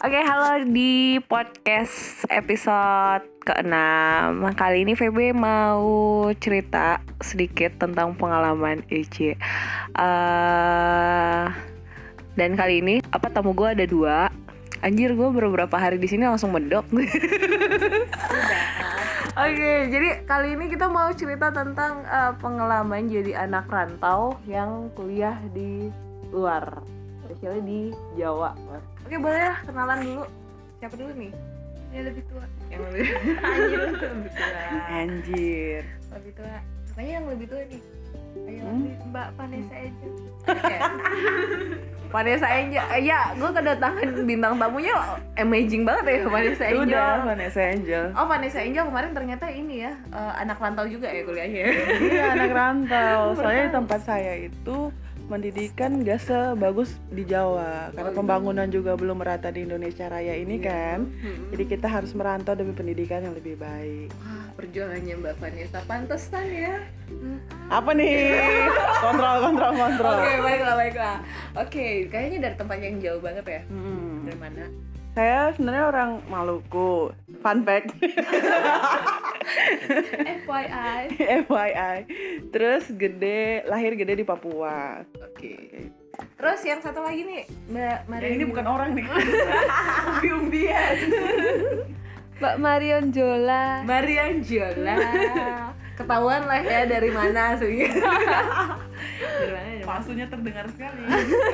Oke, halo di podcast episode ke-6. Kali ini VB mau cerita sedikit tentang pengalaman EC. Dan kali ini tamu gue ada 2. Anjir, gue beberapa hari di sini langsung medok. Oke, jadi kali ini kita mau cerita tentang pengalaman jadi anak rantau yang kuliah di luar, especially di Jawa. Oke, boleh lah kenalan dulu. Siapa dulu nih? Yang lebih tua. Yang lebih anjir, lebih tua. Anjir. Lebih tua. Makanya yang lebih tua nih. Ayo Mbak Vanessa aja. Oke. Vanessa Angel. Ya, gue kedatangan bintang tamunya amazing banget ya, Vanessa Angel. Udah, Vanessa Angel. Oh, Vanessa Angel kemarin ternyata ini ya, anak rantau juga ya kuliahnya. Iya, anak rantau. Soalnya di tempat saya itu pendidikan gak sebagus di Jawa karena pembangunan juga belum merata di Indonesia Raya ini kan. Jadi kita harus merantau demi pendidikan yang lebih baik. Wah, perjuangannya Mbak Vanessa pantesan ya. Apa nih? Kontrol. Oke, baiklah. Oke, kayaknya dari tempat yang jauh banget ya. Dari mana? Saya sebenarnya orang Maluku. Fun fact. FYI. FYI. Terus lahir gede di Papua. Oke. Terus yang satu lagi nih, Mbak Marion. Ini bukan orang nih. Umbi-umbian. Mbak Marion Jola. Marion Jola. Ketahuan lah ya dari mana sih. Dari mana? Palsunya terdengar sekali.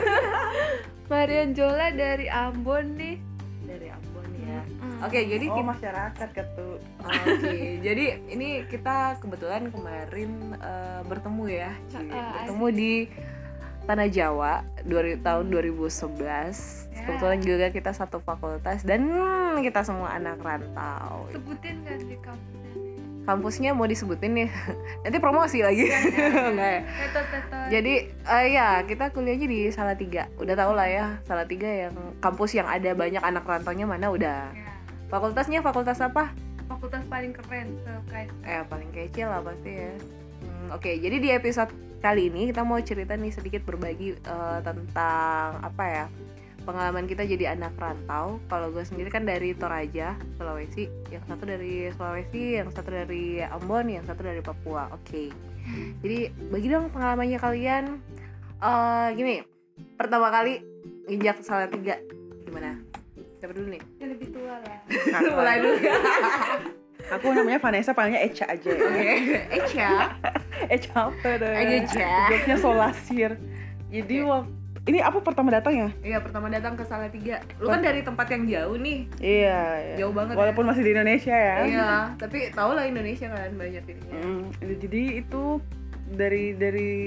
Marion Jola dari Ambon nih. Dari Ambon ya. Oke, jadi masyarakat ketu. Oke, jadi ini kita kebetulan kemarin bertemu ya, bertemu di Tanah Jawa tahun 2011. Kebetulan juga kita satu fakultas dan kita semua anak rantau. Sebutin kan di kampusnya. Kampusnya mau disebutin nih, nanti promosi lagi. Enggak ya. Jadi ya kita kuliahnya di Salatiga. Udah tau lah ya, Salatiga yang kampus yang ada banyak anak rantaunya mana udah. Ya. Fakultasnya fakultas apa? Fakultas paling keren Paling kece lah pasti ya. Oke, jadi di episode kali ini kita mau cerita nih sedikit berbagi tentang pengalaman kita jadi anak rantau. Kalau gue sendiri kan dari Toraja, Sulawesi. Yang satu dari Sulawesi, yang satu dari Ambon, yang satu dari Papua. Oke. Jadi bagi dong pengalamannya kalian. Gini, pertama kali nginjak Salatiga gimana? Siapa dulu nih? yang lebih tua lah. Mulai dulu. Aku namanya Vanessa, panggilnya Echa aja. Oke, Echa. Echa apa deh? Echa. Joknya Solasir. Jadi ini apa pertama datang ya? Iya, pertama datang ke Salatiga. Lu kan dari tempat yang jauh nih. Iya. Jauh banget. Walaupun masih di Indonesia ya. Iya, tapi tau lah Indonesia kan banyak ininya. Jadi itu dari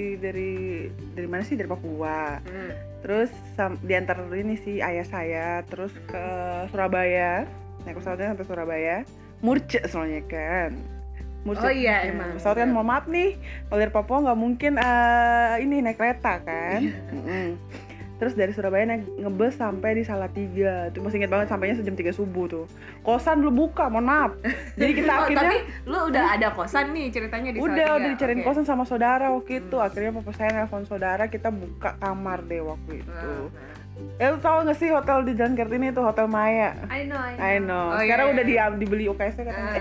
mana sih? Dari Papua. Terus diantar ini sih ayah saya, terus ke Surabaya. Naik pesawatnya sampai Surabaya. Murce soalnya kan. Oh iya emang. Pesawat kan mau maaf nih, kalau dari Papua nggak mungkin ini naik kereta kan. Terus dari Surabaya naik ngebus sampai di Salatiga. Tuh masih inget banget, sampainya sejam 3 subuh tuh. Kosan belum buka, mohon maaf. Jadi kita akhirnya. Tapi lu udah ada kosan nih ceritanya di Salatiga. Udah dicariin kosan sama saudara waktu itu. Akhirnya papa saya nelfon saudara, kita buka kamar deh waktu itu. Lu tau gak sih hotel di Jalan Kartini itu, Hotel Maya? I know. Oh, iya. sekarang udah dibeli UKSC katanya.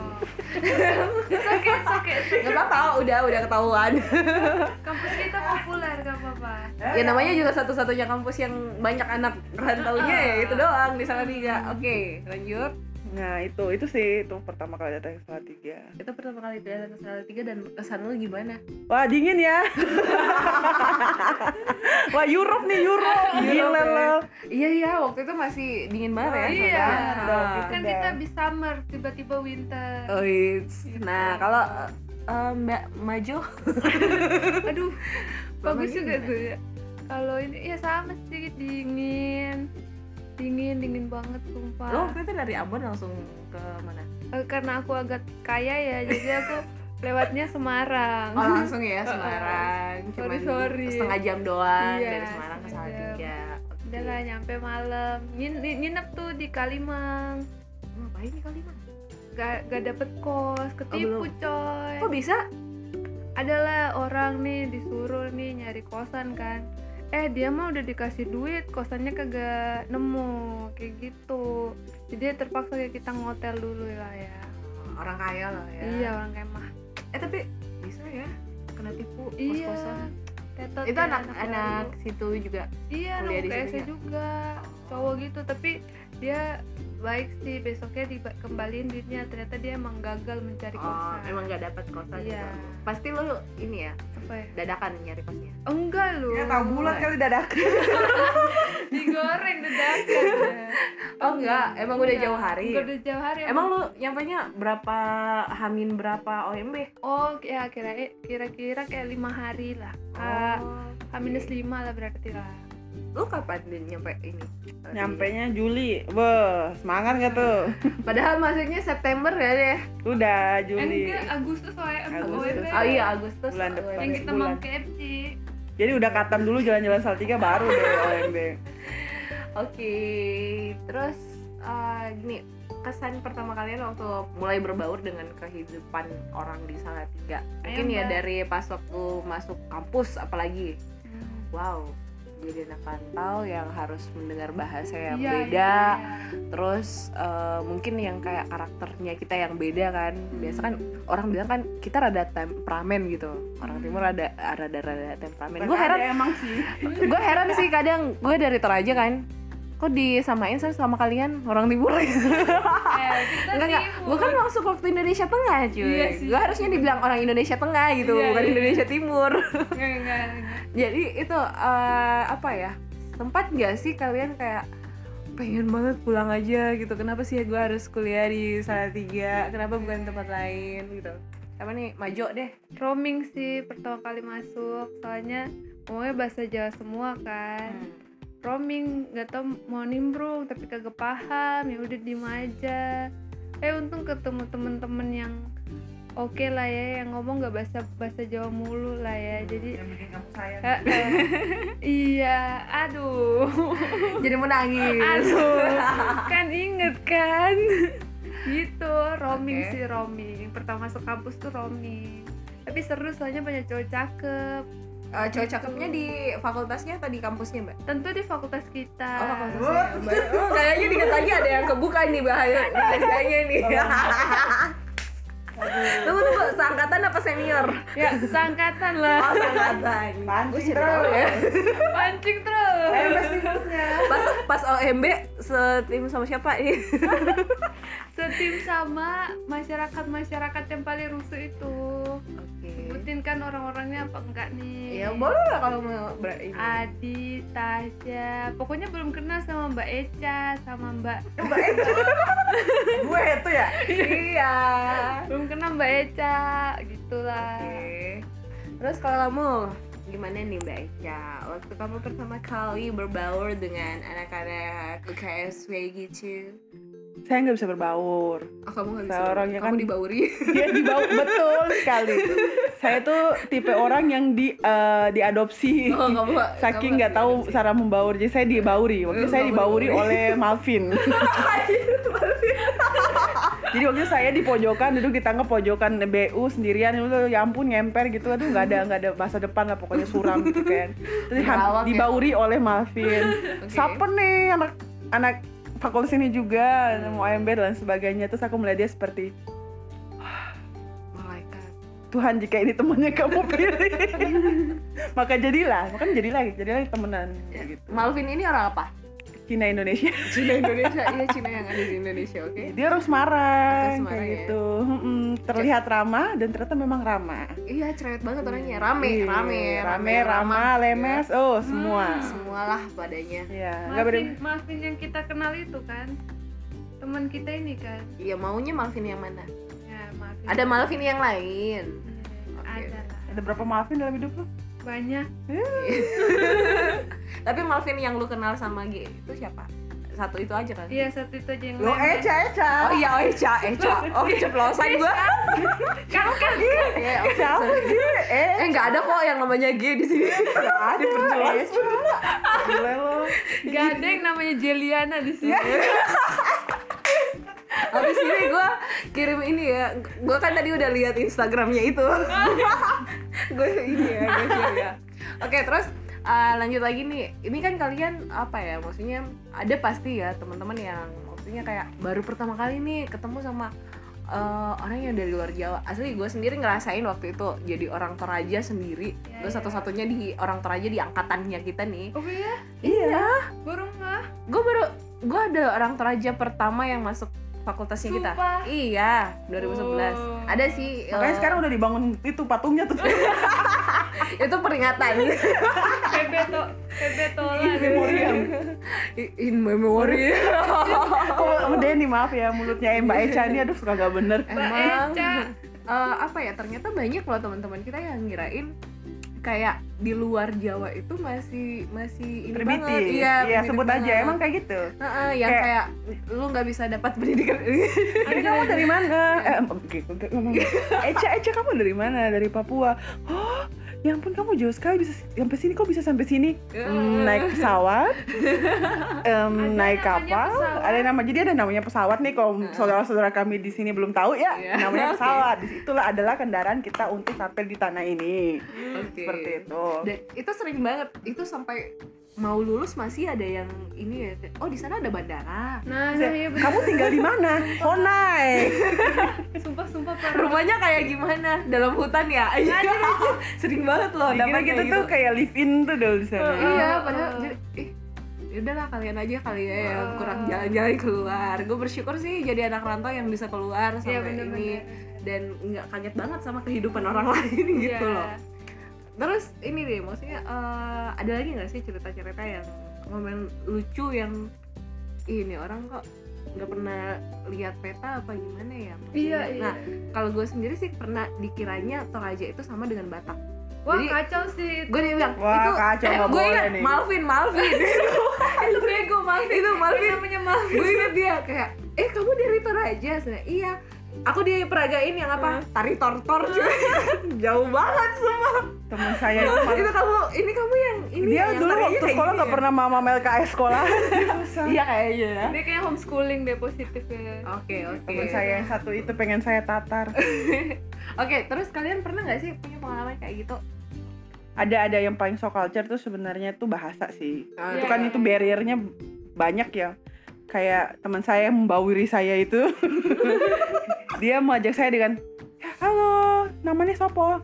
Oke. Gak apa-apa, udah ketahuan. Kampus kita populer, gak apa-apa. Ya namanya juga satu-satunya kampus yang banyak anak rantaunya ya, itu doang di Salatiga. Oke, lanjut. Nah itu sih, itu pertama kali datang ke Salatiga. Itu pertama kali datang ke Salatiga dan kesan lu gimana? Wah dingin ya. Wah Europe gila lo. Iya, waktu itu masih dingin banget ya. Iya. Banget, Kan kita habis summer, tiba-tiba winter. Oh, nah kalau Mbak Majo, Aduh, bagus Maju juga gimana? tuh ya. Kalau ini ya sama sedikit dingin banget sumpah. lo waktu itu dari Ambon langsung ke mana? Karena aku agak kaya ya, jadi aku lewatnya Semarang. Oh langsung ya Semarang. Cuman Sorry. setengah jam doang Iya, dari Semarang ke Salatiga. Udah lah nyampe malam. Nginep tuh di Kalimang. Ngapain di Kalimang? Gak dapet kos, ketipu coy. Kok bisa? Adalah orang nih disuruh nih nyari kosan kan. dia mah udah dikasih duit, kosannya kagak nemu kayak gitu. Jadi dia terpaksa kayak kita ngotel dulu lah ya. Orang kaya lah ya. Iya, orang kemah. Tapi bisa ya kena tipu Iya. kos-kosan. Tetot Itu ya, anak baru. situ juga. Iya, kuliah di anak situ UKS juga cowok gitu, tapi dia baik sih, besoknya dikembaliin duitnya. Ternyata dia emang gagal mencari kosan. Emang nggak dapat kosan Iya. gitu. Pasti lo ini ya Apa ya? dadakan nyari kosnya. Enggak lu. Ya tahu bulat kali dadakan. Digoreng dadakan. Oh enggak, emang udah jauh hari. Enggak, udah jauh hari. Emang lu nyampainya berapa hamin berapa OMB? Oh ya kira-kira kayak 5 hari lah. H-5 lah berarti lah. Lu kapan dia nyampe ini? Nyampenya Juli. Wah, semangat gak tuh? Padahal masuknya September ya deh. Udah Juli. Enggak, Agustus Agustus. OMB. Oh iya Agustus. Bulan depan. Yang kita bulan. mau KFC. Jadi udah katam dulu jalan-jalan Salatiga baru deh OMB. Oke, terus gini, kesan pertama kalian waktu mulai berbaur dengan kehidupan orang di Salatiga. Mungkin ya Mbak. dari pas waktu masuk kampus apalagi. Wow, jadi anak rantau yang harus mendengar bahasa yang Iya, beda. iya. Terus mungkin yang kayak karakternya kita yang beda kan. Biasa kan orang bilang kan kita rada temperamen gitu. Orang timur rada temperamen. Gue heran emang sih. gue heran sih kadang gue dari Toraja kan, kok disamain sama kalian orang timur gitu. Kita Enggak, gue kan masuk waktu Indonesia Tengah cuy. Iya sih. Gue harusnya dibilang orang Indonesia Tengah gitu, Iya, bukan iya. Indonesia Timur. Enggak. Jadi itu apa ya, sempat nggak sih kalian kayak pengen banget pulang aja gitu, kenapa sih gue harus kuliah di Salatiga, kenapa bukan tempat lain gitu. Apa nih, Majo deh. Roaming sih pertama kali masuk, soalnya ngomongnya bahasa Jawa semua kan. Roaming nggak tau mau nimbrung tapi kagak paham, ya udah diem aja. Untung ketemu temen-temen yang oke lah ya, yang ngomong nggak bahasa Jawa mulu lah ya. Jadi Yang bikin kamu sayang. iya, aduh Jadi mau nangis. aduh kan inget kan. Gitu, roaming Oke. sih, roaming pertama masuk kampus tuh roaming, tapi seru soalnya banyak cowok cakep. Cowok cakepnya di fakultasnya atau di kampusnya, Mbak? Tentu di fakultas kita. Oh, fakultasnya. Mbak. Oh, kayaknya dikit lagi ada yang kebuka nih bahaya. Kayaknya nih. Tunggu, seangkatan apa senior? Ya, seangkatan lah. Oh, seangkatan. Pancing Gua tahu terus. ya. Pancing terus. Pas OMB setim sama siapa ini? Setim sama masyarakat yang paling rusuh itu. Oke. Sebutin kan orang-orangnya apa enggak nih? Ya boleh lah kalau mau ini. Adi, Tasya, pokoknya belum kenal sama Mbak Eca, sama Mbak Gue itu ya. Iya. belum kenal Mbak Eca, gitulah. Oke. Terus kalau kamu gimana nih Mbak Eca? Waktu kamu pertama kali berbaur dengan anak-anak UKSW gitu. Saya nggak bisa berbaur. Oh, kamu nggak bisa. Saya orangnya Kamu kan- dibauri. Dia dibaur betul sekali. Saya tuh tipe orang yang diadopsi. Oh, kamu Saking nggak tahu cara membaur, jadi saya dibauri. Waktu itu saya dibauri oleh Malvin. Jadi waktu itu saya di pojokan, duduk di tangga pojokan BU sendirian, itu ya ampun ngemper gitu, aduh nggak ada masa depan lah, pokoknya suram gitu kan. Terus Berawak ya. dibauri oleh Malvin. Oke. Siapa nih anak fakultas ini juga, mau OMB dan sebagainya. Terus aku melihat dia seperti, Malaikat. Tuhan jika ini temannya kamu pilih. Maka jadilah temenan gitu. Malvin ini orang apa? Cina Indonesia. Cina Indonesia. Iya, Cina yang ada di Indonesia, oke. Dia orang Semarang, Orang Semarang kayak ya. gitu. Terlihat ramah dan ternyata memang ramah. Iya, cerewet banget orangnya. Rame, Iya, rame, ramah, lemes, oh semua. Semualah padanya. Iya, nggak beda. Malvin yang kita kenal itu kan, teman kita ini kan. Iya, maunya Malvin yang mana? Ya, Malvin. Ada Malvin yang lain. Hmm, Oke. ada lah. Ada berapa Malvin dalam hidup lu? Banyak. Tapi Malvin yang lu kenal sama G itu siapa? Satu itu aja kan? Iya, satu itu aja yang Lo lain. Eca. Oh iya, Eca. Oh, ceplosan gua. Kan Iya, oke, Siapa sorry. sih? Nggak ada kok yang namanya G di sini. Nggak ada. Diperjelas. Gila lo. gak ada yang namanya Jeliana di sini. Habis ini gue kirim ini ya. Gue kan tadi udah lihat Instagramnya itu. Gue ini ya, gue share ya. Oke, terus Lanjut lagi nih, ini kan kalian apa ya, maksudnya ada pasti ya teman-teman yang maksudnya kayak baru pertama kali nih ketemu sama orang yang dari luar Jawa. Asli gue sendiri ngerasain waktu itu jadi orang Toraja sendiri. Gue satu-satunya di orang Toraja di angkatannya kita nih. Oh iya? Iya. Baru nggak? Gue ada orang Toraja pertama yang masuk fakultasnya kita. Sumpah? Iya, 2011. Oh. Ada sih. Makanya sekarang udah dibangun itu patungnya tuh. itu peringatan. PB Tola. Memoriam. In memory. Oh, Denny maaf ya, mulutnya Mbak Echa ini aduh suka gak bener. Emang Eca. apa ya, ternyata banyak loh teman-teman kita yang ngirain kayak di luar Jawa itu masih ini Primitif. banget. Iya, primitif sebut banget. aja emang kayak gitu. Yang kayak lu nggak bisa dapat pendidikan. Ini kamu dari mana? Ngomong. Echa kamu dari mana? Dari Papua. Oh, ya ampun kamu jauh sekali bisa sampai sini. Kok bisa sampai sini? Naik pesawat, naik kapal. pesawat. Ada nama, jadi ada namanya pesawat nih. Kalau saudara-saudara kami di sini belum tahu ya, Iya. namanya pesawat. Disitulah adalah kendaraan kita untuk sampai di tanah ini. Oke. Seperti itu. Dan itu sering banget. Itu sampai mau lulus masih ada yang ini ya. Oh, di sana ada bandara. Nah, iya bener. Kamu tinggal di mana? Honai. Sumpah parah. Rumahnya kayak gimana? Dalam hutan ya? Sering banget loh Dikira dapat kita kayak tuh gitu. kayak live in tuh dulu di sana. Iya, padahal jadi yaudahlah kalian aja kali ya yang kurang jalan-jalan keluar. Gue bersyukur sih jadi anak rantau yang bisa keluar sampai Iya, bener-bener. ini dan nggak kaget banget sama kehidupan orang lain gitu Iya. loh. Terus ini deh, maksudnya ada lagi nggak sih cerita-cerita yang momen lucu yang ini orang kok nggak pernah lihat peta apa gimana ya? Maksudnya. Iya. Nah, kalau gue sendiri sih pernah dikiranya Toraja itu sama dengan Batak. Wah, Jadi, kacau sih. Gue dia bilang Wah, itu kacau, nggak gue boleh ingat nih. Malvin Itu bego Malvin. itu Malvin Namanya Malvin. gue ingat dia kayak kamu dari Toraja. Saya, iya, aku diperagain yang apa, tari tortor. Jauh banget semua. Temen saya itu malah Itu kamu yang ini dia yang dulu tarinya waktu kayak sekolah gini nggak ya? pernah mama LKS sekolah. Iya kayaknya ya. Dia kayak homeschooling deh positifnya. Oke. Temen saya yang satu itu pengen saya tatar. Oke, terus kalian pernah nggak sih punya pengalaman kayak gitu? Ada yang paling so culture tuh sebenarnya tuh bahasa sih. Ah, Itu Iya. kan itu barriernya banyak ya. Kayak teman saya yang membawiri saya itu. Dia mau ajak saya dengan halo, namanya Sopo.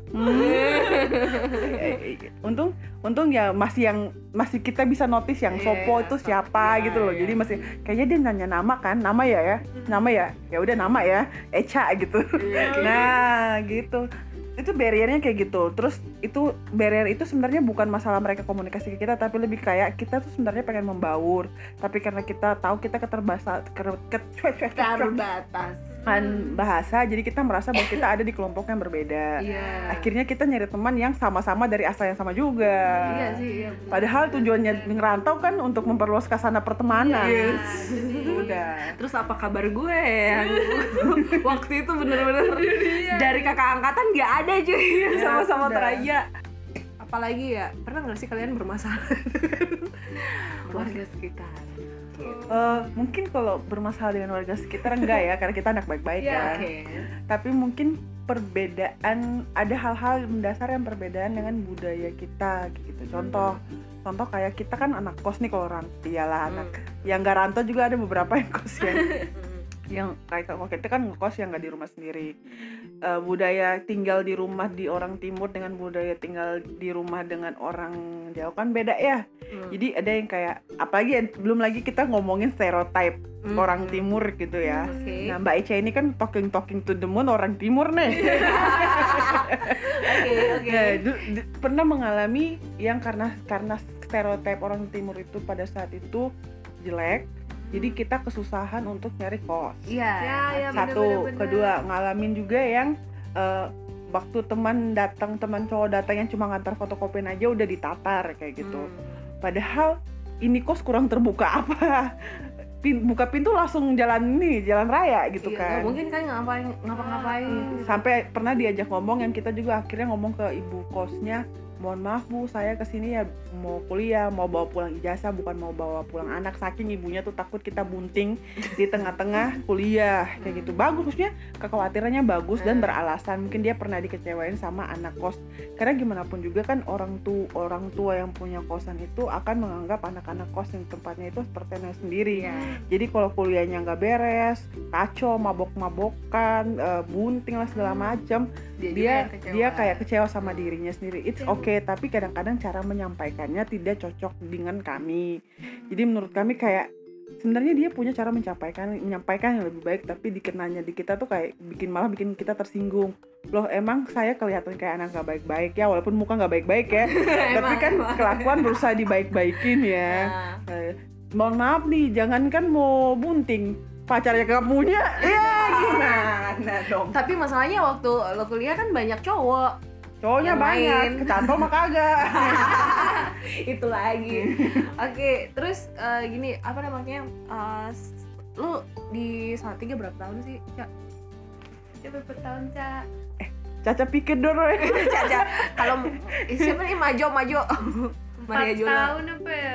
Untung ya masih kita bisa notice yang Sopo Iya, itu siapa iya, gitu loh. iya. Jadi masih kayaknya dia nanya nama kan, nama ya. Nama ya. Ya udah nama ya, Echa gitu. Iya, Nah, gitu. Itu barriernya kayak gitu. Terus itu barrier itu sebenarnya bukan masalah mereka komunikasi ke kita, tapi lebih kayak kita tuh sebenarnya pengen membaur, tapi karena kita tahu kita keterbatasan terbatas. bahasa, jadi kita merasa bahwa kita ada di kelompok yang berbeda. Iya. Akhirnya kita nyari teman yang sama-sama dari asal yang sama juga. Iya sih, iya. benar. Padahal tujuannya ngerantau kan untuk memperluas kasana pertemanan. Yes. Udah. Terus apa kabar gue yang waktu itu bener-bener dari kakak angkatan nggak ada cuy yang Ya, sama-sama sudah. Toraja. Apalagi ya, pernah nggak sih kalian bermasalah dengan warga sekitar? Mungkin kalau bermasalah dengan warga sekitar enggak ya, karena kita anak baik-baik Iya. kan. Oke. Tapi mungkin perbedaan, ada hal-hal mendasar yang perbedaan dengan budaya kita gitu. Contoh kayak kita kan anak kos nih, kalau iyalah anak yang nggak rantau juga ada beberapa yang kos yang kayak kalau kita kan ngekos yang nggak di rumah sendiri. Budaya tinggal di rumah di orang timur dengan budaya tinggal di rumah dengan orang Jawa kan beda ya. Jadi ada yang kayak, apalagi ya, belum lagi kita ngomongin stereotype orang timur gitu ya. Oke. Nah, Mbak Echa ini kan talking to the moon orang timur nih. Oke. Nah, pernah mengalami yang karena stereotype orang timur itu pada saat itu jelek, jadi kita kesusahan untuk nyari kos. Iya. Ya, Satu, bener-bener. kedua ngalamin juga yang waktu teman cowok datang yang cuma ngantar fotokopian aja udah ditatar kayak gitu. Padahal ini kos kurang terbuka apa? Buka pintu langsung jalan raya gitu Iya, kan. nggak mungkin kan ngapa-ngapain. Sampai pernah diajak ngomong yang kita juga akhirnya ngomong ke ibu kosnya, mohon maaf Bu, saya kesini ya mau kuliah, mau bawa pulang ijazah, bukan mau bawa pulang anak. Saking ibunya tuh takut kita bunting di tengah-tengah kuliah kayak gitu. Bagus, maksudnya kekhawatirannya bagus dan beralasan. Mungkin dia pernah dikecewain sama anak kos. Karena gimana pun juga kan orang tua yang punya kosan itu akan menganggap anak-anak kos yang tempatnya itu seperti anak sendiri. Jadi kalau kuliahnya nggak beres, kacau, mabok-mabokan, bunting lah segala macam, dia kayak kecewa sama dirinya sendiri. It's okay, tapi kadang-kadang cara menyampaikannya tidak cocok dengan kami. Jadi menurut kami kayak sebenarnya dia punya cara menyampaikan yang lebih baik, tapi dikenanya di kita tuh kayak malah bikin kita tersinggung. Loh, emang saya kelihatan kayak anak gak baik-baik ya, walaupun muka gak baik-baik ya. Tapi kan kelakuan berusaha dibaik-baikin ya. Mohon maaf nih, jangankan mau bunting, pacarnya gak punya, ya gimana dong. Tapi masalahnya waktu lo kuliah kan banyak cowoknya banyak, kecantol mah kagak. Itu lagi. Oke, terus gini, apa namanya, lu di Salatiga berapa tahun sih, Cak? Berapa tahun, Cak? Caca pikir dulu ya. Caca, kalau siapa nih Majo? 4 tahun apa ya?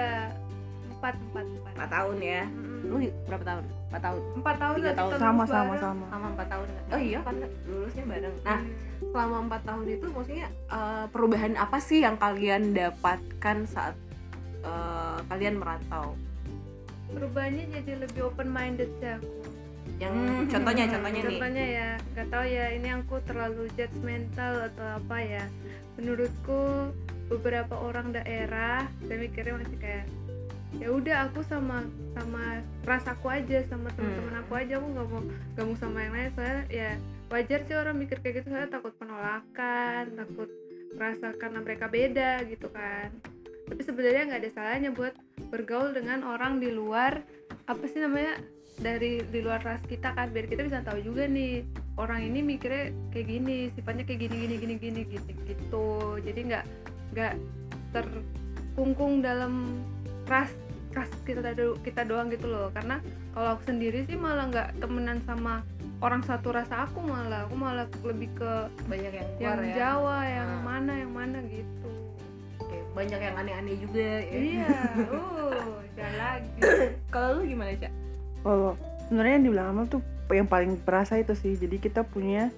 4 tahun ya. Lu berapa tahun? 4 tahun. 4 tahun. 3 tahun. Sama. Sama 4 tahun. Oh iya kan lulusnya bareng. Nah, selama 4 tahun itu maksudnya perubahan apa sih yang kalian dapatkan saat kalian merantau? Perubahannya jadi lebih open minded sih aku. Yang contohnya nih. Contohnya ya, nggak tahu ya ini aku terlalu judgmental atau apa ya. Menurutku beberapa orang daerah saya mikirnya masih kayak ya udah aku sama rasaku aja, sama teman-teman aku aja, aku nggak mau sama yang lain. Soalnya ya wajar sih orang mikir kayak gitu, soalnya takut penolakan, takut merasa karena mereka beda gitu kan. Tapi sebenarnya nggak ada salahnya buat bergaul dengan orang di luar apa sih namanya, di luar ras kita kan, biar kita bisa tahu juga nih orang ini mikirnya kayak gini, sifatnya kayak gini gitu. Jadi nggak terkungkung dalam ras kita doang gitu loh. Karena kalau aku sendiri sih malah nggak temenan sama orang satu rasa aku malah lebih ke banyak yang ya? Jawa, yang mana gitu. Oke, banyak yang aneh-aneh juga ya. Iya. Jangan lagi. Kalau lu gimana, Cak? Kalau sebenarnya yang dibilang Amal tuh yang paling berasa itu sih. Jadi kita punya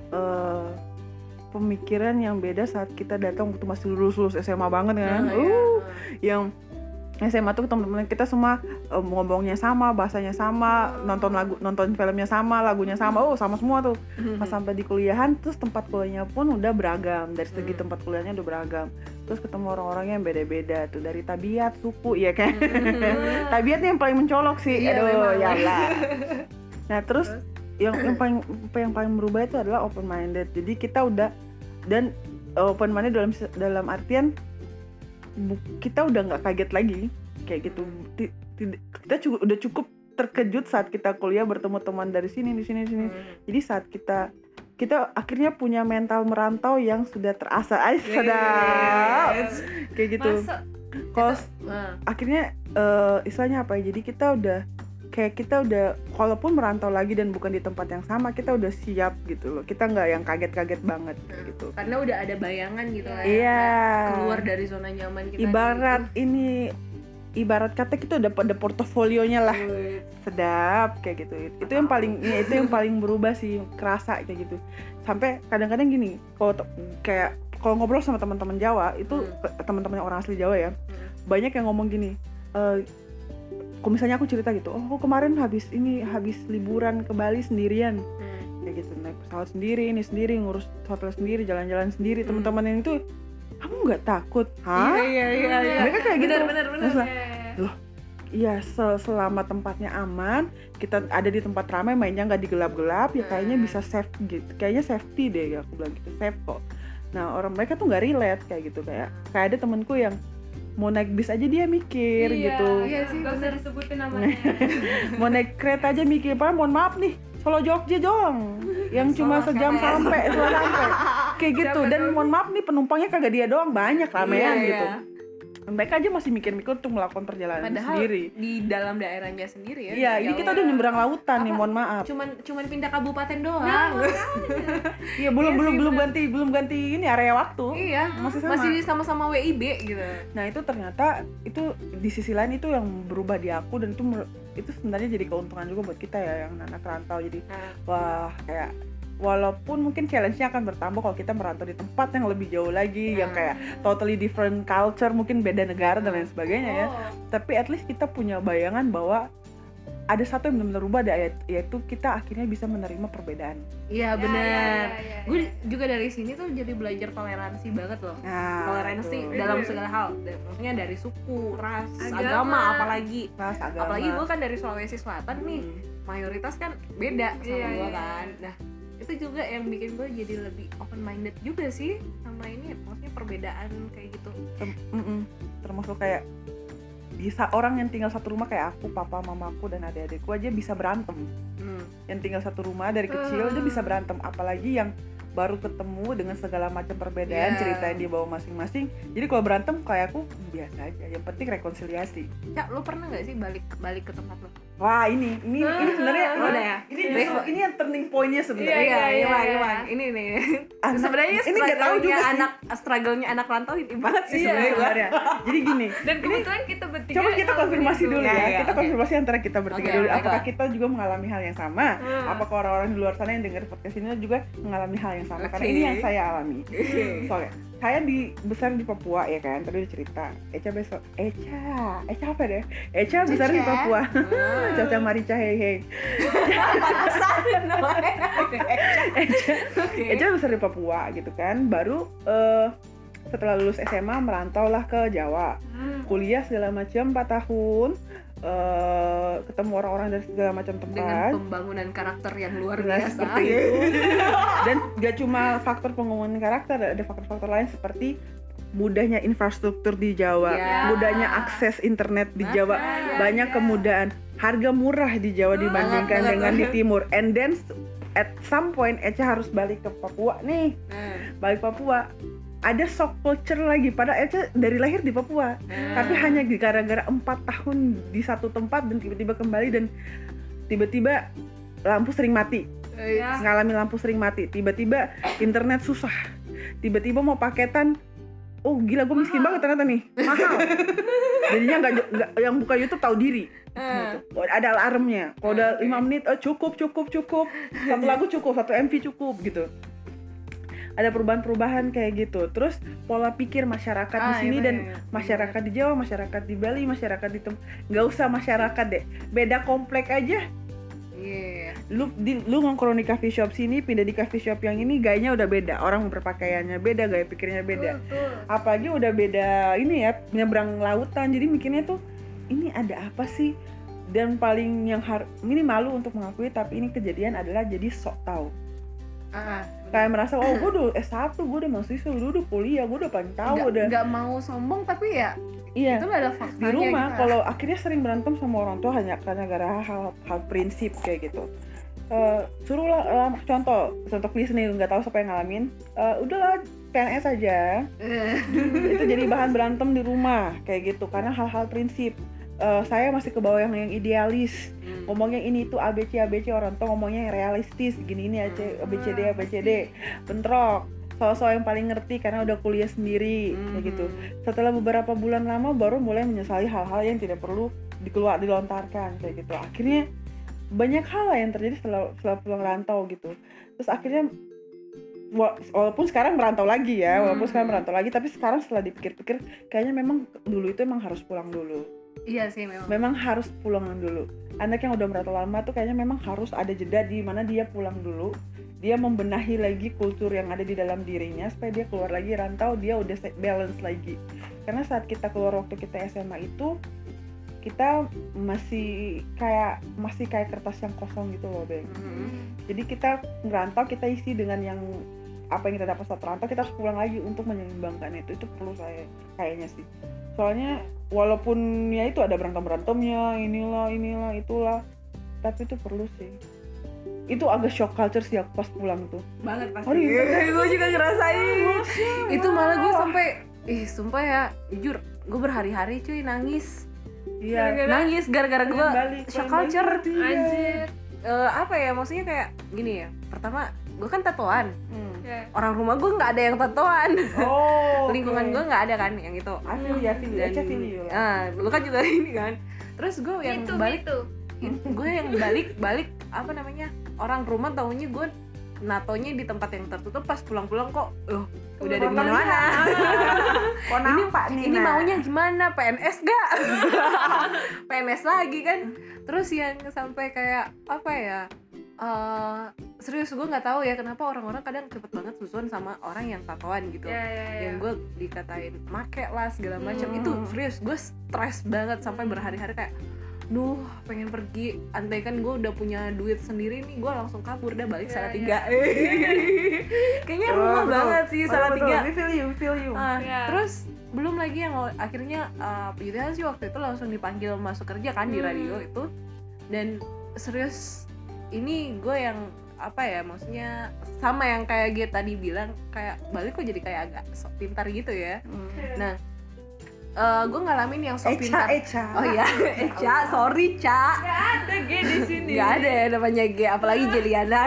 pemikiran yang beda saat kita datang waktu masih lulus SMA banget kan. Yang SMA tuh teman-teman kita semua ngomongnya sama, bahasanya sama, nonton filmnya sama, lagunya sama, sama semua tuh. Pas sampai di kuliahan, terus tempat kuliahnya pun udah beragam, dari segi tempat kuliahnya udah beragam. Terus ketemu orang-orang yang beda-beda tuh, dari tabiat, suku, ya kan. Tabiatnya yang paling mencolok sih, yalah. Nah terus yang paling berubah itu adalah open minded. Jadi kita udah, dan open minded dalam artian kita udah nggak kaget lagi kayak gitu. Kita udah cukup terkejut saat kita kuliah bertemu teman dari sini. Jadi saat kita akhirnya punya mental merantau yang sudah terasa, sedap kayak gitu. Kalau akhirnya istilahnya apa ya? Jadi kita udah walaupun merantau lagi dan bukan di tempat yang sama, kita udah siap gitu loh. Kita nggak yang kaget-kaget banget gitu. Karena udah ada bayangan gitu lah. Iya. Keluar dari zona nyaman kita. Ibarat kata kita udah pada portofolionya lah. Sedap kayak gitu. Itu yang paling berubah sih, kerasa kayak gitu. Sampai kadang-kadang gini, kalau ngobrol sama teman-teman Jawa, itu teman-teman orang asli Jawa ya. Banyak yang ngomong gini, kalau misalnya aku cerita gitu, aku kemarin habis liburan ke Bali sendirian, kayak gitu, naik pesawat sendiri, ngurus hotel sendiri, jalan-jalan sendiri. Teman-teman yang itu, kamu nggak takut? Hah? Iya. Mereka kayak gitu. Benar. Loh, iya, selama tempatnya aman, kita ada di tempat ramai, mainnya nggak digelap-gelap, ya kayaknya bisa safe gitu. Kayaknya safety deh, aku bilang gitu, safe kok. Nah mereka tuh nggak relate kayak gitu, kayak ada temanku yang mau naik bis aja dia mikir gitu. Iya sih, gak usah disebutin namanya. Mau naik kereta aja mikir, Pak, mohon maaf nih, Solo Jogja doang, yang cuma sejam sampai kayak gitu. Dan mohon maaf nih penumpangnya kagak dia doang, banyak ramean gitu. mereka aja masih mikir-mikir untuk melakukan perjalanan padahal sendiri. di dalam daerahnya sendiri ya. Iya, ini jauh. kita udah nyebrang lautan nih, Apa? mohon maaf. Cuman pindah kabupaten doang. Iya, belum ganti ini area waktu. Iya, masih sama-sama WIB gitu. Nah, itu ternyata itu di sisi lain itu yang berubah di aku, dan itu sebenarnya jadi keuntungan juga buat kita ya yang anak rantau. Jadi wah, kayak walaupun mungkin challenge-nya akan bertambah kalau kita merantau di tempat yang lebih jauh lagi, yang kayak totally different culture, mungkin beda negara dan lain sebagainya ya. Tapi at least kita punya bayangan bahwa ada satu yang benar-benar rubah, yaitu kita akhirnya bisa menerima perbedaan. Iya benar. Ya. Gue juga dari sini tuh jadi belajar toleransi banget loh. Toleransi dalam segala hal. Maksudnya dari suku, ras, agama apalagi. Apalagi gue kan dari Sulawesi Selatan nih. Mayoritas kan beda sama gue kan. Nah, itu juga yang bikin gue jadi lebih open minded juga sih sama ini, maksudnya perbedaan kayak gitu. Termasuk kayak bisa orang yang tinggal satu rumah kayak aku, papa, mamaku dan adik-adikku aja bisa berantem. Yang tinggal satu rumah dari kecil aja bisa berantem, apalagi yang baru ketemu dengan segala macam perbedaan, cerita yang dibawa masing-masing. Jadi kalau berantem kayak aku biasa aja, yang penting rekonsiliasi. Cak, lo pernah nggak sih balik ke tempat lo? Wah, ini sebenarnya udah ya. Ini yang turning point-nya sebenarnya. Iya. Ini nih. Sebenarnya ini nggak tahu juga struggle-nya anak rantau ini banget sih sebenarnya. Jadi gini. Dan kebetulan kita bertiga. Coba kita konfirmasi dulu ya. Kita konfirmasi antara kita bertiga dulu. Baiklah. Apakah kita juga mengalami hal yang sama? Apakah orang-orang di luar sana yang dengar podcast ini juga mengalami hal yang sama? Karena ini yang saya alami. Soalnya saya besar di Papua ya kan, tadi udah cerita. Echa apa deh? Echa besar di Papua. Caca Marica hei. Echa besar di Papua gitu kan. Baru setelah lulus SMA merantaulah ke Jawa. Kuliah segala macam 4 tahun. Ketemu orang-orang dari segala macam tempat dengan pembangunan karakter yang luar biasa seperti itu. Dan gak cuma faktor pembangunan karakter, ada faktor-faktor lain seperti mudahnya infrastruktur di Jawa, mudahnya akses internet di Jawa, banyak kemudahan, harga murah di Jawa dibandingkan dengan di timur. And then at some point Echa harus balik ke Papua nih, balik Papua. Ada shock culture lagi, padahal Echa dari lahir di Papua, tapi hanya gara-gara 4 tahun di satu tempat dan tiba-tiba kembali dan tiba-tiba lampu sering mati, ngalami lampu sering mati, tiba-tiba internet susah, tiba-tiba mau paketan, oh gila gue miskin banget ternyata nih, mahal. Jadinya nggak yang buka YouTube tahu diri. Gitu. Ada alarmnya, kalau udah 5 menit cukup, satu lagu cukup, 1 MV cukup gitu. Ada perubahan-perubahan kayak gitu. Terus pola pikir masyarakat di sini dan masyarakat di Jawa, masyarakat di Bali, masyarakat di nggak usah masyarakat deh, beda komplek aja. Lu nongkrong di coffee shop sini, pindah di coffee shop yang ini, gayanya udah beda, orang berpakaiannya beda, gaya pikirnya beda. Apalagi udah beda ini ya, nyebrang lautan, jadi mikirnya tuh ini ada apa sih? Dan paling yang ini malu untuk mengakui, tapi ini kejadian adalah jadi sok tahu. Kayak merasa, oh gue udah S1, gue udah mahasiswa, gue udah kuliah, gue udah paling tahu. Nggak mau sombong, tapi ya iya, itu ada faktanya. di rumah gitu. Kalau akhirnya sering berantem sama orang tua hanya karena gara hal prinsip kayak gitu. Suruhlah contoh please nih, nggak tahu siapa yang ngalamin, udahlah PNS aja. Itu jadi bahan berantem di rumah kayak gitu karena hal-hal prinsip. Saya masih ke bawah yang idealis, ngomongnya ini itu ABC, orang tua ngomongnya yang realistis, gini ini aja ABCD, bentrok. Soal-soal yang paling ngerti karena udah kuliah sendiri kayak gitu. Setelah beberapa bulan lama baru mulai menyesali hal-hal yang tidak perlu dilontarkan kayak gitu. Akhirnya banyak hal yang terjadi setelah pulang rantau gitu. Terus akhirnya walaupun sekarang merantau lagi ya, tapi sekarang setelah dipikir-pikir kayaknya memang dulu itu emang harus pulang dulu. Iya sih memang harus pulang dulu. Anak yang udah merantau lama tuh kayaknya memang harus ada jeda di mana dia pulang dulu. Dia membenahi lagi kultur yang ada di dalam dirinya supaya dia keluar lagi rantau, dia udah balance lagi. Karena saat kita keluar waktu kita SMA itu kita masih kayak kertas yang kosong gitu loh, Bang. Jadi kita ngerantau, kita isi dengan yang apa yang kita dapat saat rantau, kita harus pulang lagi untuk menyeimbangkan itu perlu saya kayaknya sih. Soalnya walaupun ya itu ada berantem-berantemnya, inilah itulah, tapi itu perlu sih. Itu agak shock culture sih aku pas pulang tuh. Banget pasti. Gue juga ngerasain. Itu malah gue sampai sumpah ya, jujur gue berhari-hari cuy nangis. Iya, Nangis gara-gara gue shock culture. Anjir. Apa ya, maksudnya kayak gini ya. Pertama, gue kan tatoan. Ya. Orang rumah gue nggak ada yang tatoan. Oh, Lingkungan gue nggak ada kan yang itu. Feel you. Lu kan juga ini kan. Terus gue yang Itu balik, itu. gue yang balik apa namanya, orang rumah taunya gue natonya di tempat yang tertutup, pas pulang-pulang kok udah ada di mana-mana. Kok nampak nih? Ini maunya gimana, PNS gak? PNS lagi kan. Terus yang sampai kayak apa ya, serius gue nggak tahu ya kenapa orang-orang kadang cepet banget susun sama orang yang tatoan gitu. Yang gue dikatain make lah segala macam. Itu serius gue stres banget sampai berhari-hari kayak pengen pergi, andai kan gue udah punya duit sendiri nih, gue langsung kabur dah balik Salatiga. Kayaknya rumah banget sih Salatiga. Feel you. Terus belum lagi yang akhirnya puji Tuhan sih waktu itu langsung dipanggil masuk kerja kan di radio itu. Dan serius ini gue yang apa ya, maksudnya sama yang kayak G tadi bilang, kayak balik kok jadi kayak agak sok pintar gitu ya. Nah gue ngalamin yang sok pintar. Eca. Oh iya, Eca, sorry Ca. Gak ada G di sini. Gak ada ya namanya G, apalagi Jeliana.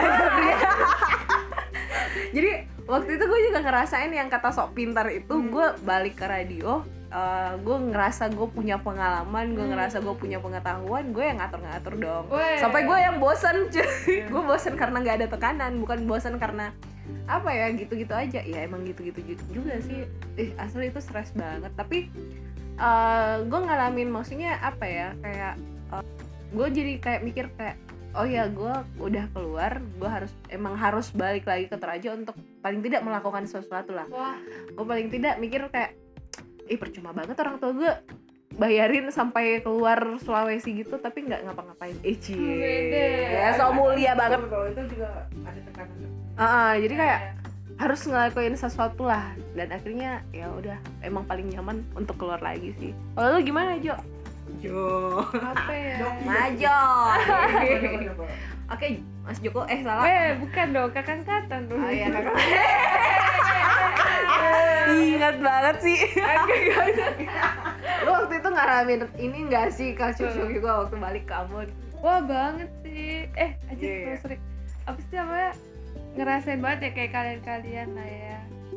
Jadi waktu itu gue juga ngerasain yang kata sok pintar itu. Gue balik ke radio, gue ngerasa gue punya pengalaman, gue ngerasa gue punya pengetahuan, gue yang ngatur-ngatur dong. Sampai gue yang bosan cuy. Gue bosan karena gak ada tekanan, bukan bosan karena apa ya, gitu-gitu aja. Ya emang gitu-gitu juga sih. Asli itu stres banget. Tapi gue ngalamin, maksudnya apa ya, kayak gue jadi kayak mikir kayak, oh ya gue udah keluar, gue emang harus balik lagi ke Toraja untuk paling tidak melakukan sesuatu lah. Gue paling tidak mikir kayak, percuma banget orang tua gue bayarin sampai keluar Sulawesi gitu tapi nggak ngapa-ngapain. Ya so mulia banget. Itu juga ada tekanan. Jadi kayak harus ngelakuin sesuatu lah, dan akhirnya ya udah emang paling nyaman untuk keluar lagi sih. Kalau lu gimana Jo? Apa ya? Majo. Oke, Mas Joko, salah. Bukan dong, kakang-katan dong. Oh iya, kakak. Ingat banget sih. Lu waktu itu ngalamin ini nggak sih, culture shock juga waktu balik ke Ambon? Wah banget sih. Sorry. Apa sih namanya? Ngerasain banget ya kayak kalian lah ya.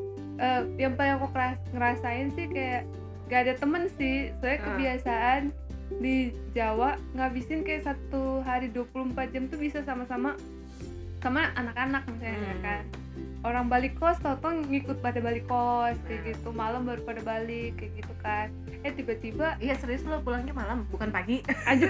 Yang paling aku ngerasain sih kayak gak ada temen sih. Soalnya kebiasaan di Jawa ngabisin kayak 1 hari 24 jam tuh bisa sama-sama sama anak-anak misalnya kan. Orang balik kos tau-tau ngikut pada balik kos kayak gitu, malam baru pada balik kayak gitu kan. Tiba-tiba Serius lo pulangnya malam bukan pagi? aja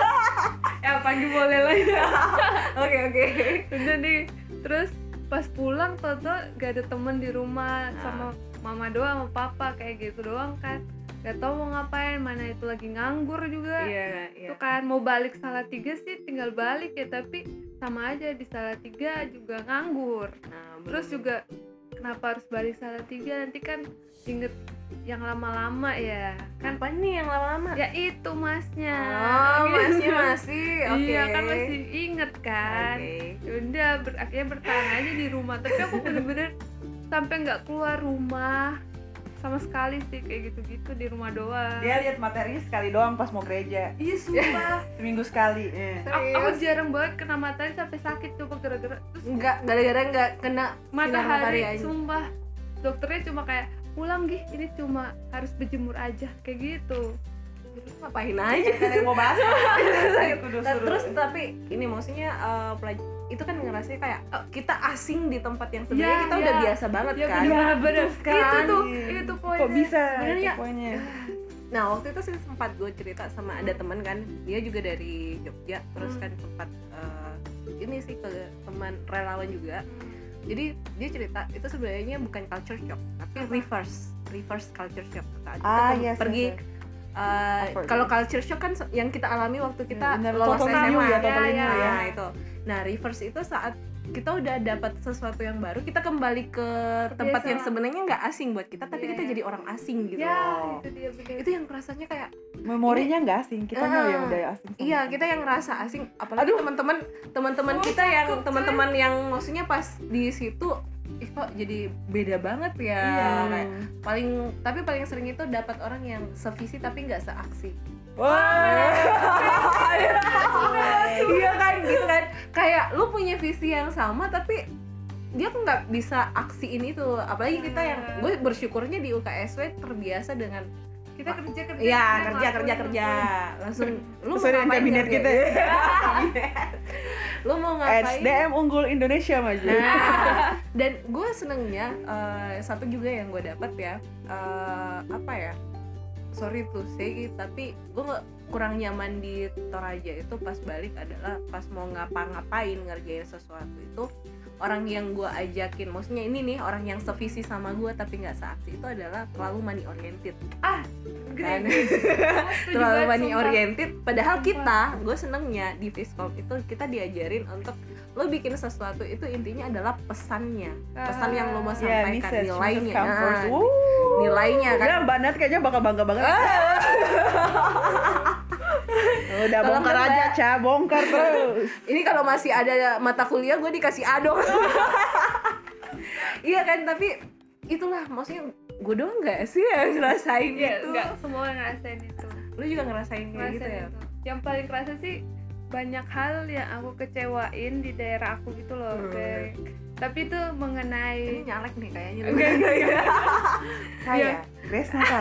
ya pagi boleh lah ya. Oke. Udah nih, terus pas pulang tau-tau gak ada temen di rumah, sama mama doang sama papa kayak gitu doang kan. Gak tau mau ngapain, mana itu lagi nganggur juga. Iya. Itu kan mau balik Salatiga sih tinggal balik ya, tapi sama aja di Salatiga juga nganggur. Terus juga kenapa harus balik Salatiga, nanti kan inget yang lama-lama ya kan. Apa nih yang lama-lama? Ya itu masnya. Masnya masih. Oke. Iya kan masih inget kan. Udah akhirnya bertahan aja di rumah, tapi aku bener-bener sampai nggak keluar rumah sama sekali sih, kayak gitu-gitu di rumah doang. Dia lihat materi sekali doang pas mau gereja. Iya sumpah. Seminggu sekali. Aku jarang banget kena matahari sampai sakit coba gara-gara gara-gara nggak kena matahari aja. Sumpah dokternya cuma kayak pulang ini cuma harus berjemur aja kayak gitu. Ngapain aja Kan yang mau bahas. Terus tapi ini maksudnya itu kan ngerasanya kayak kita asing di tempat yang sebenarnya kita udah biasa banget kan. Bener kan. Itu poinnya. Kok bisa sebenarnya poinnya? Nah waktu itu sih sempat gue cerita sama ada teman kan, dia juga dari Jogja, terus kan sempat ini sih ke teman relawan juga. Jadi dia cerita itu sebenarnya bukan culture shock tapi reverse culture shock. Kita pergi kalau culture shock kan yang kita alami waktu kita lolos SMA ya. Itu. Nah, reverse itu saat kita udah dapat sesuatu yang baru, kita kembali ke tempat yang sebenarnya nggak asing buat kita, tapi kita jadi orang asing gitu. Itu dia bener. Itu yang rasanya kayak memorinya nggak asing, kita yang udah asing. Iya, kita yang ngerasa asing, apalagi teman-teman kita yang teman-teman yang maksudnya pas di situ ih kok jadi beda banget ya. Kayak paling sering itu dapat orang yang sevisi tapi nggak seaksi. Wah, Iya kan gitu kan, kayak lu punya visi yang sama tapi dia nggak bisa aksiin itu. Apalagi kita yang gue bersyukurnya di UKSW terbiasa dengan kita kerja langsung lu mau sesuai dengan ngapain kabinet kita ya. Lu mau ngapain. SDM unggul Indonesia maju. Nah, dan gue senengnya satu juga yang gue dapat ya, apa ya, sorry to say tapi gue kurang nyaman di Toraja itu pas balik adalah pas mau ngapa-ngapain ngerjain sesuatu itu orang yang gue ajakin, maksudnya ini nih orang yang sevisi sama gue tapi nggak seaksi itu adalah terlalu money oriented. Kan? Terlalu money oriented. Padahal kita, gue senengnya di Fiskom itu kita diajarin untuk lo bikin sesuatu itu intinya adalah pesannya, pesan yang lo mau sampaikan, nilainya, nilainya kan. Ya Mbak Nat kayaknya bakal bangga banget. Udah bongkar aja, Ca, bongkar terus. Ini kalau masih ada mata kuliah gue dikasih A dong. Iya kan, tapi itulah maksudnya gue doang nggak sih yang ngerasain itu? Nggak semua ngerasain itu. Lu juga ngerasain kayak gitu ya? Itu. Yang paling kerasa sih banyak hal yang aku kecewain di daerah aku gitu loh. Tapi itu mengenai ini nyalek nih kayaknya. Kayak Grace Nata.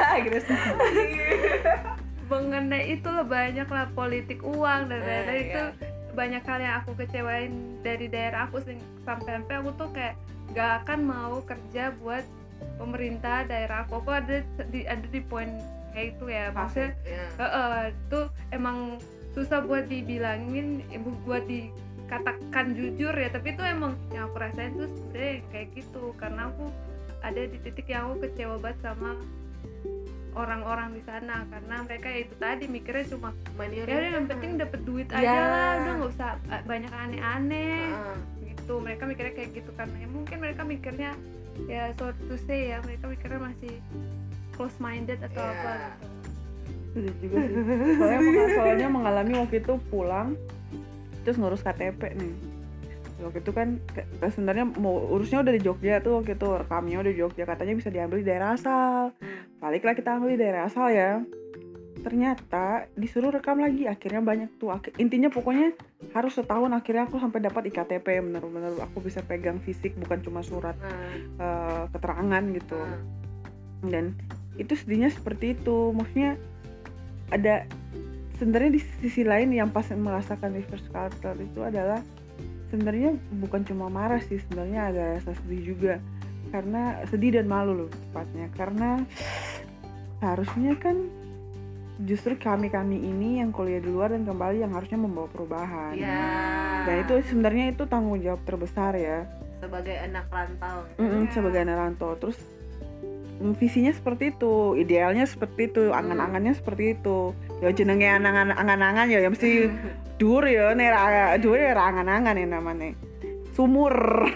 Mengenai itu loh, banyak lah politik uang dan lain-lain itu banyak hal yang aku kecewain dari daerah aku sampai aku tuh kayak gak akan mau kerja buat pemerintah daerah aku ada di poin kayak itu ya, maksudnya itu emang susah buat dibilangin, buat dikatakan jujur ya, tapi itu emang yang aku rasain tuh sebenarnya kayak gitu karena aku ada di titik yang aku kecewa banget sama orang-orang di sana karena mereka ya itu tadi mikirnya cuma ya udah yang penting dapet duit aja lah, udah nggak usah banyak aneh-aneh gitu. Mereka mikirnya kayak gitu karena ya mungkin mereka mikirnya ya so to say ya, mereka mikirnya masih close minded atau apa gitu. Juga sih. Soalnya mengalami waktu itu pulang terus ngurus KTP nih. Waktu itu kan sebenarnya mau urusnya udah di Jogja tuh, waktu itu rekamnya udah di Jogja, katanya bisa diambil di daerah asal. Baliklah kita ambil di daerah asal ya. Ternyata disuruh rekam lagi, akhirnya banyak tuh. Intinya pokoknya harus setahun akhirnya aku sampai dapat iktp, bener-bener aku bisa pegang fisik bukan cuma surat keterangan gitu. Dan itu sedihnya seperti itu, maksudnya ada sebenarnya di sisi lain yang pas merasakan reverse culture itu adalah sebenarnya bukan cuma marah sih, sebenarnya ada rasa sedih juga, karena sedih dan malu loh tepatnya, karena harusnya kan justru kami ini yang kuliah di luar dan kembali yang harusnya membawa perubahan. Dan itu sebenarnya itu tanggung jawab terbesar ya sebagai anak rantau. Sebagai anak rantau. Terus visinya seperti itu, idealnya seperti itu, angan-angannya seperti itu. Ya jenenge angan-angan ya mesti dhuwur ya, nek dhuwur ya angan-angan ya namanya. Sumur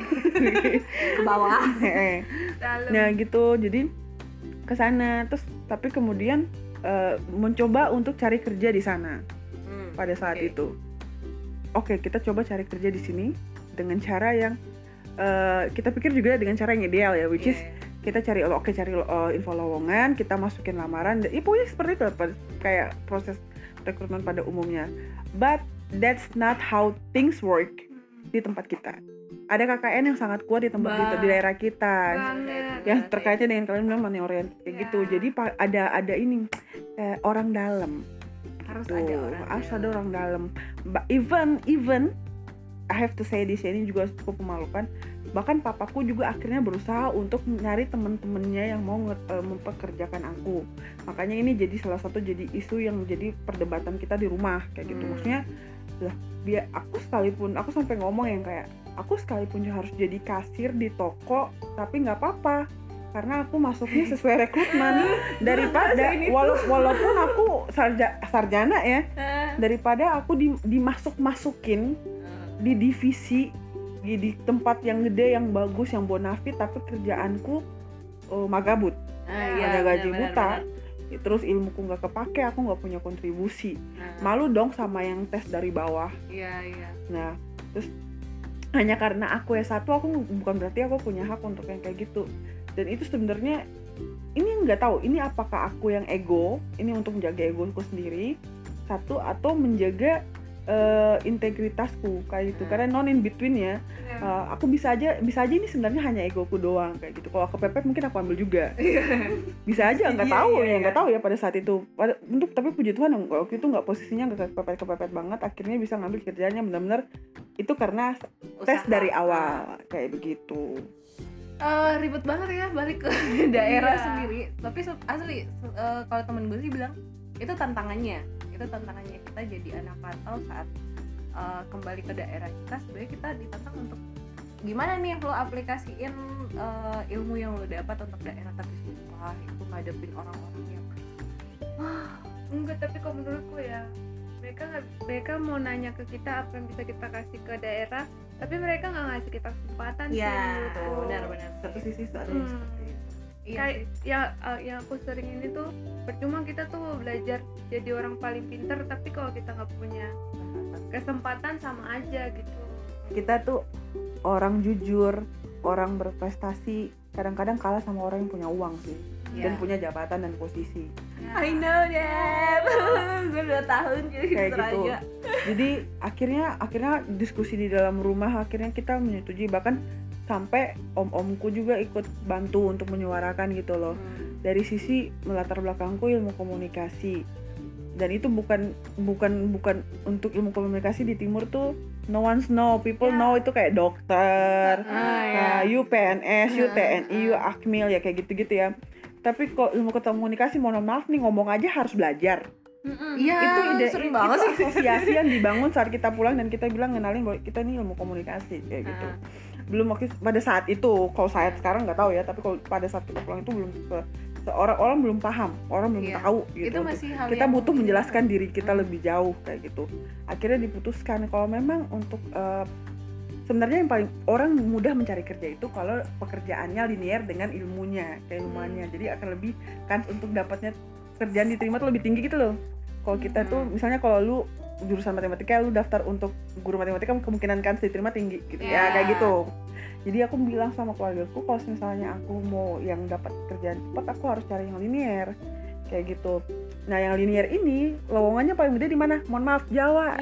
ke bawah. Nah gitu, jadi ke sana terus tapi kemudian mencoba untuk cari kerja di sana. Pada saat itu. Oke, kita coba cari kerja di sini dengan cara yang kita pikir juga dengan cara yang ideal ya, which is kita cari info lowongan, kita masukin lamaran, pokoknya seperti itu kayak proses rekrutmen pada umumnya. But that's not how things work di tempat kita. Ada KKN yang sangat kuat di tempat kita, di daerah kita, yang terkaitnya dengan kalian bilang money oriented kayak gitu. Jadi ada ini orang dalam. Harus gitu. ada orang dalam. Even I have to say this, ini juga cukup memalukan. Bahkan papaku juga akhirnya berusaha untuk nyari teman-temannya yang mau mempekerjakan aku. Makanya ini jadi salah satu jadi isu yang jadi perdebatan kita di rumah kayak gitu. Maksudnya lah, biar aku sampai ngomong yang kayak aku sekalipun harus jadi kasir di toko, tapi nggak apa-apa karena aku masuknya sesuai rekrutmen daripada walaupun aku sarjana ya, daripada aku dimasuk-masukin di divisi di tempat yang gede, yang bagus, yang bonafit, tapi kerjaanku magabut, ada gaji buta, terus ilmuku nggak kepake, aku nggak punya kontribusi, malu dong sama yang tes dari bawah. Iya. Nah terus hanya karena aku S1 aku bukan berarti aku punya hak untuk yang kayak gitu. Dan itu sebenarnya ini nggak tahu ini apakah aku yang ego, ini untuk menjaga egoku sendiri satu, atau menjaga integritasku kayak gitu. Karena non in between ya. Aku bisa aja ini sebenarnya hanya egoku doang kayak gitu. Kalau kepepet mungkin aku ambil juga. Bisa aja nggak tahu ya, nggak tahu ya pada saat itu. Tapi puji Tuhan waktu itu nggak posisinya nggak kepepet banget. Akhirnya bisa ngambil kerjaannya benar-benar itu karena tes dari awal kayak begitu. Ribet banget ya balik ke daerah sendiri. Tapi asli kalau temen gue sih bilang itu tantangannya kita jadi anak rantau saat kembali ke daerah kita. Sebenarnya kita ditantang untuk gimana nih lo aplikasiin ilmu yang lo dapat untuk daerah, tapi sumpah itu ngadepin orang-orang yang enggak. Tapi kalau menurutku ya mereka mau nanya ke kita apa yang bisa kita kasih ke daerah, tapi mereka nggak ngasih kita kesempatan sih menurutku. Benar-benar Satu sisi ada yang seperti itu. Kayak yang aku sering ini tuh, percuma kita tuh belajar jadi orang paling pintar, tapi kalau kita nggak punya kesempatan sama aja gitu. Kita tuh orang jujur, orang berprestasi kadang-kadang kalah sama orang yang punya uang sih, dan punya jabatan dan posisi. I know that. Gue 2 tahun jadi kayak gitu. aja. Jadi akhirnya diskusi di dalam rumah, akhirnya kita menyetujui, bahkan sampai om-omku juga ikut bantu untuk menyuarakan gitu loh. Dari sisi melatar belakangku ilmu komunikasi, dan itu bukan untuk ilmu komunikasi di timur tuh no one's know, people know itu kayak dokter, you PNS, you TNI, you Akmil ya kayak gitu-gitu ya. Tapi kok ilmu komunikasi, mohon maaf nih, ngomong aja harus belajar. Iya, itu sering banget sih asosiasi yang dibangun saat kita pulang dan kita bilang ngenalin bahwa kita ini ilmu komunikasi kayak gitu. Belum waktu pada saat itu, kalau saya sekarang nggak tahu ya, tapi kalau pada saat kita pulang itu belum orang belum paham, orang belum tahu gitu. Itu masih hal kita butuh menjelaskan diri kita lebih jauh kayak gitu. Akhirnya diputuskan kalau memang untuk sebenarnya yang paling orang mudah mencari kerja itu kalau pekerjaannya linear dengan ilmunya, keilmuannya. Jadi akan lebih kans untuk dapatnya kerjaan diterima tuh lebih tinggi gitu loh. Kalau kita tuh misalnya kalau lu jurusan matematika, lu daftar untuk guru matematika, kemungkinan kans diterima tinggi gitu ya kayak gitu. Jadi aku bilang sama keluargaku, kalau misalnya aku mau yang dapat kerjaan cepat, aku harus cari yang linear kayak gitu. Nah yang linear ini lowongannya paling gede di mana? Mohon maaf, Jawa.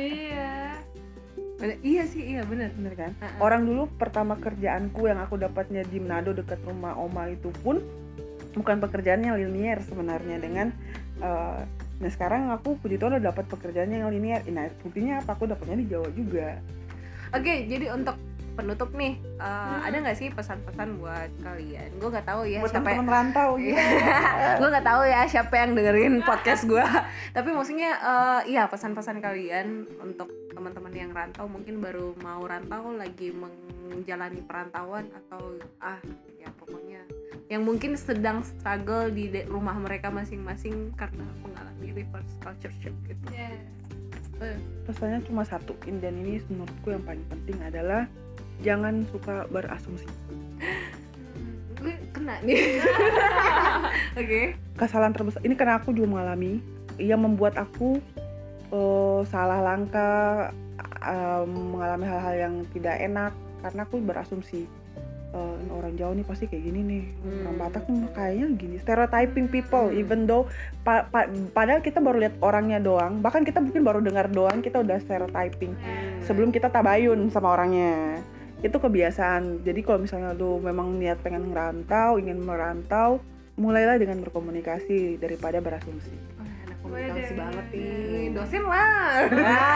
Iya sih, iya benar kan. Orang dulu pertama kerjaanku yang aku dapatnya di Manado dekat rumah oma itu pun bukan pekerjaan yang linear sebenarnya dengan nah sekarang aku puji Tuhan udah dapat pekerjaan yang linear. Nah buktinya apa, aku dapatnya di Jawa juga. Oke, jadi untuk penutup nih, ada nggak sih pesan-pesan buat kalian? Gue nggak tahu ya buat siapa teman rantau gitu. Gue nggak tahu ya siapa yang dengerin podcast gue. Tapi maksudnya iya, pesan-pesan kalian untuk teman-teman yang rantau, mungkin baru mau rantau, lagi menjalani perantauan, atau ya pokoknya yang mungkin sedang struggle di rumah mereka masing-masing karena mengalami reverse culture shock gitu. Pesannya cuma satu, dan ini menurutku yang paling penting adalah jangan suka berasumsi. Gue kena nih. Oke. Kesalahan terbesar ini karena aku juga mengalami, yang membuat aku salah langkah, mengalami hal-hal yang tidak enak karena aku berasumsi. Orang Jawa nih pasti kayak gini nih, orang Batak nih kayaknya gini, stereotyping people, even though padahal kita baru lihat orangnya doang, bahkan kita mungkin baru dengar doang, kita udah stereotyping sebelum kita tabayun sama orangnya. Itu kebiasaan. Jadi kalau misalnya lu memang niat pengen ngerantau, ingin merantau, mulailah dengan berkomunikasi daripada berasumsi. Anak komunikasi banget nih, dosen lah.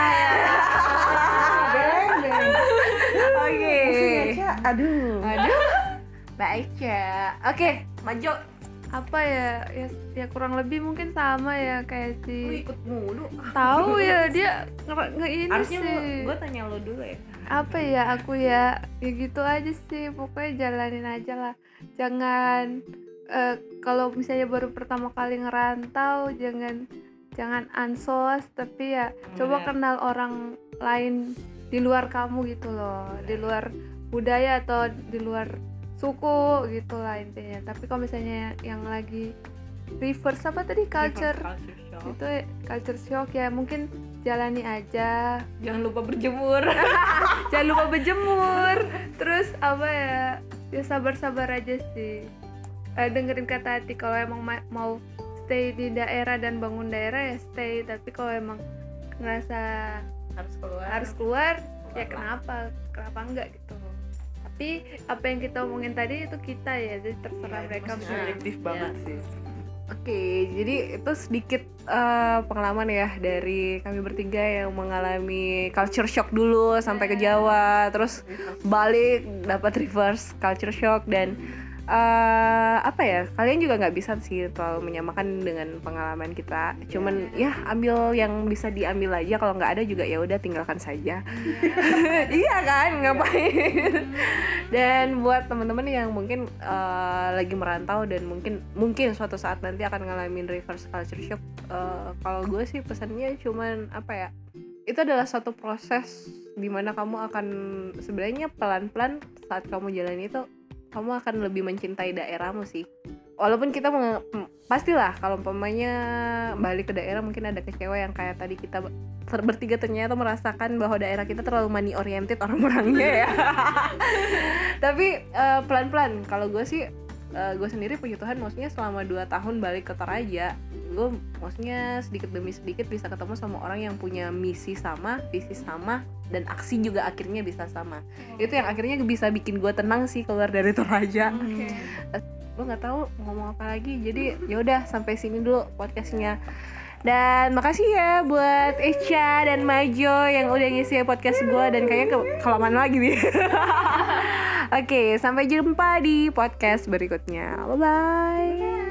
Oke. Aduh. Baik ya. Oke, maju. Apa ya kurang lebih mungkin sama ya kayak Lu si ikut mulu. tahu ya dia ini Harusnya sih. gue tanya lo dulu ya. Apa ya, aku ya gitu aja sih, pokoknya jalanin aja lah. Jangan kalau misalnya baru pertama kali ngerantau, jangan ansos, tapi ya coba kenal orang lain di luar kamu gitu loh, di luar budaya atau di luar suku gitu lah intinya. Tapi kalau misalnya yang lagi reverse apa tadi culture shock. itu culture shock ya, mungkin jalani aja, Jangan lupa berjemur. jangan lupa berjemur, terus apa ya sabar-sabar aja sih. Dengerin kata hati, kalau emang mau stay di daerah dan bangun daerah ya stay, tapi kalau emang ngerasa harus keluar ya kenapa enggak gitu. Tapi apa yang kita omongin tadi itu kita ya, jadi terserah mereka. Subjektif banget sih. Oke, jadi itu sedikit pengalaman ya dari kami bertiga yang mengalami culture shock dulu sampai ke Jawa, terus balik dapat reverse culture shock. Dan apa ya, kalian juga nggak bisa sih terlalu menyamakan dengan pengalaman kita. Cuman ya ambil yang bisa diambil aja, kalau nggak ada juga ya udah tinggalkan saja. Iya kan, ngapain? Dan buat teman-teman yang mungkin lagi merantau dan mungkin suatu saat nanti akan ngalamin reverse culture shock, kalau gue sih pesannya cuman apa ya, itu adalah suatu proses dimana kamu akan sebenarnya pelan-pelan saat kamu jalan itu kamu akan lebih mencintai daerahmu sih. Walaupun kita pastilah kalau umpamanya balik ke daerah mungkin ada kecewa yang kayak tadi kita bertiga ternyata merasakan bahwa daerah kita terlalu money oriented orang-orangnya ya. Tapi pelan-pelan kalau gue sih, gue sendiri puji Tuhan maksudnya selama 2 tahun balik ke Toraja, gue maksudnya sedikit demi sedikit bisa ketemu sama orang yang punya misi sama, visi sama, dan aksi juga akhirnya bisa sama. Itu yang akhirnya bisa bikin gue tenang sih keluar dari Toraja. Gue nggak tahu ngomong apa lagi, jadi yaudah sampai sini dulu podcastnya. Dan makasih ya buat Echa dan Majo yang udah ngisi podcast gue, dan kayaknya kelamaan lagi nih. Oke, sampai jumpa di podcast berikutnya. Bye-bye.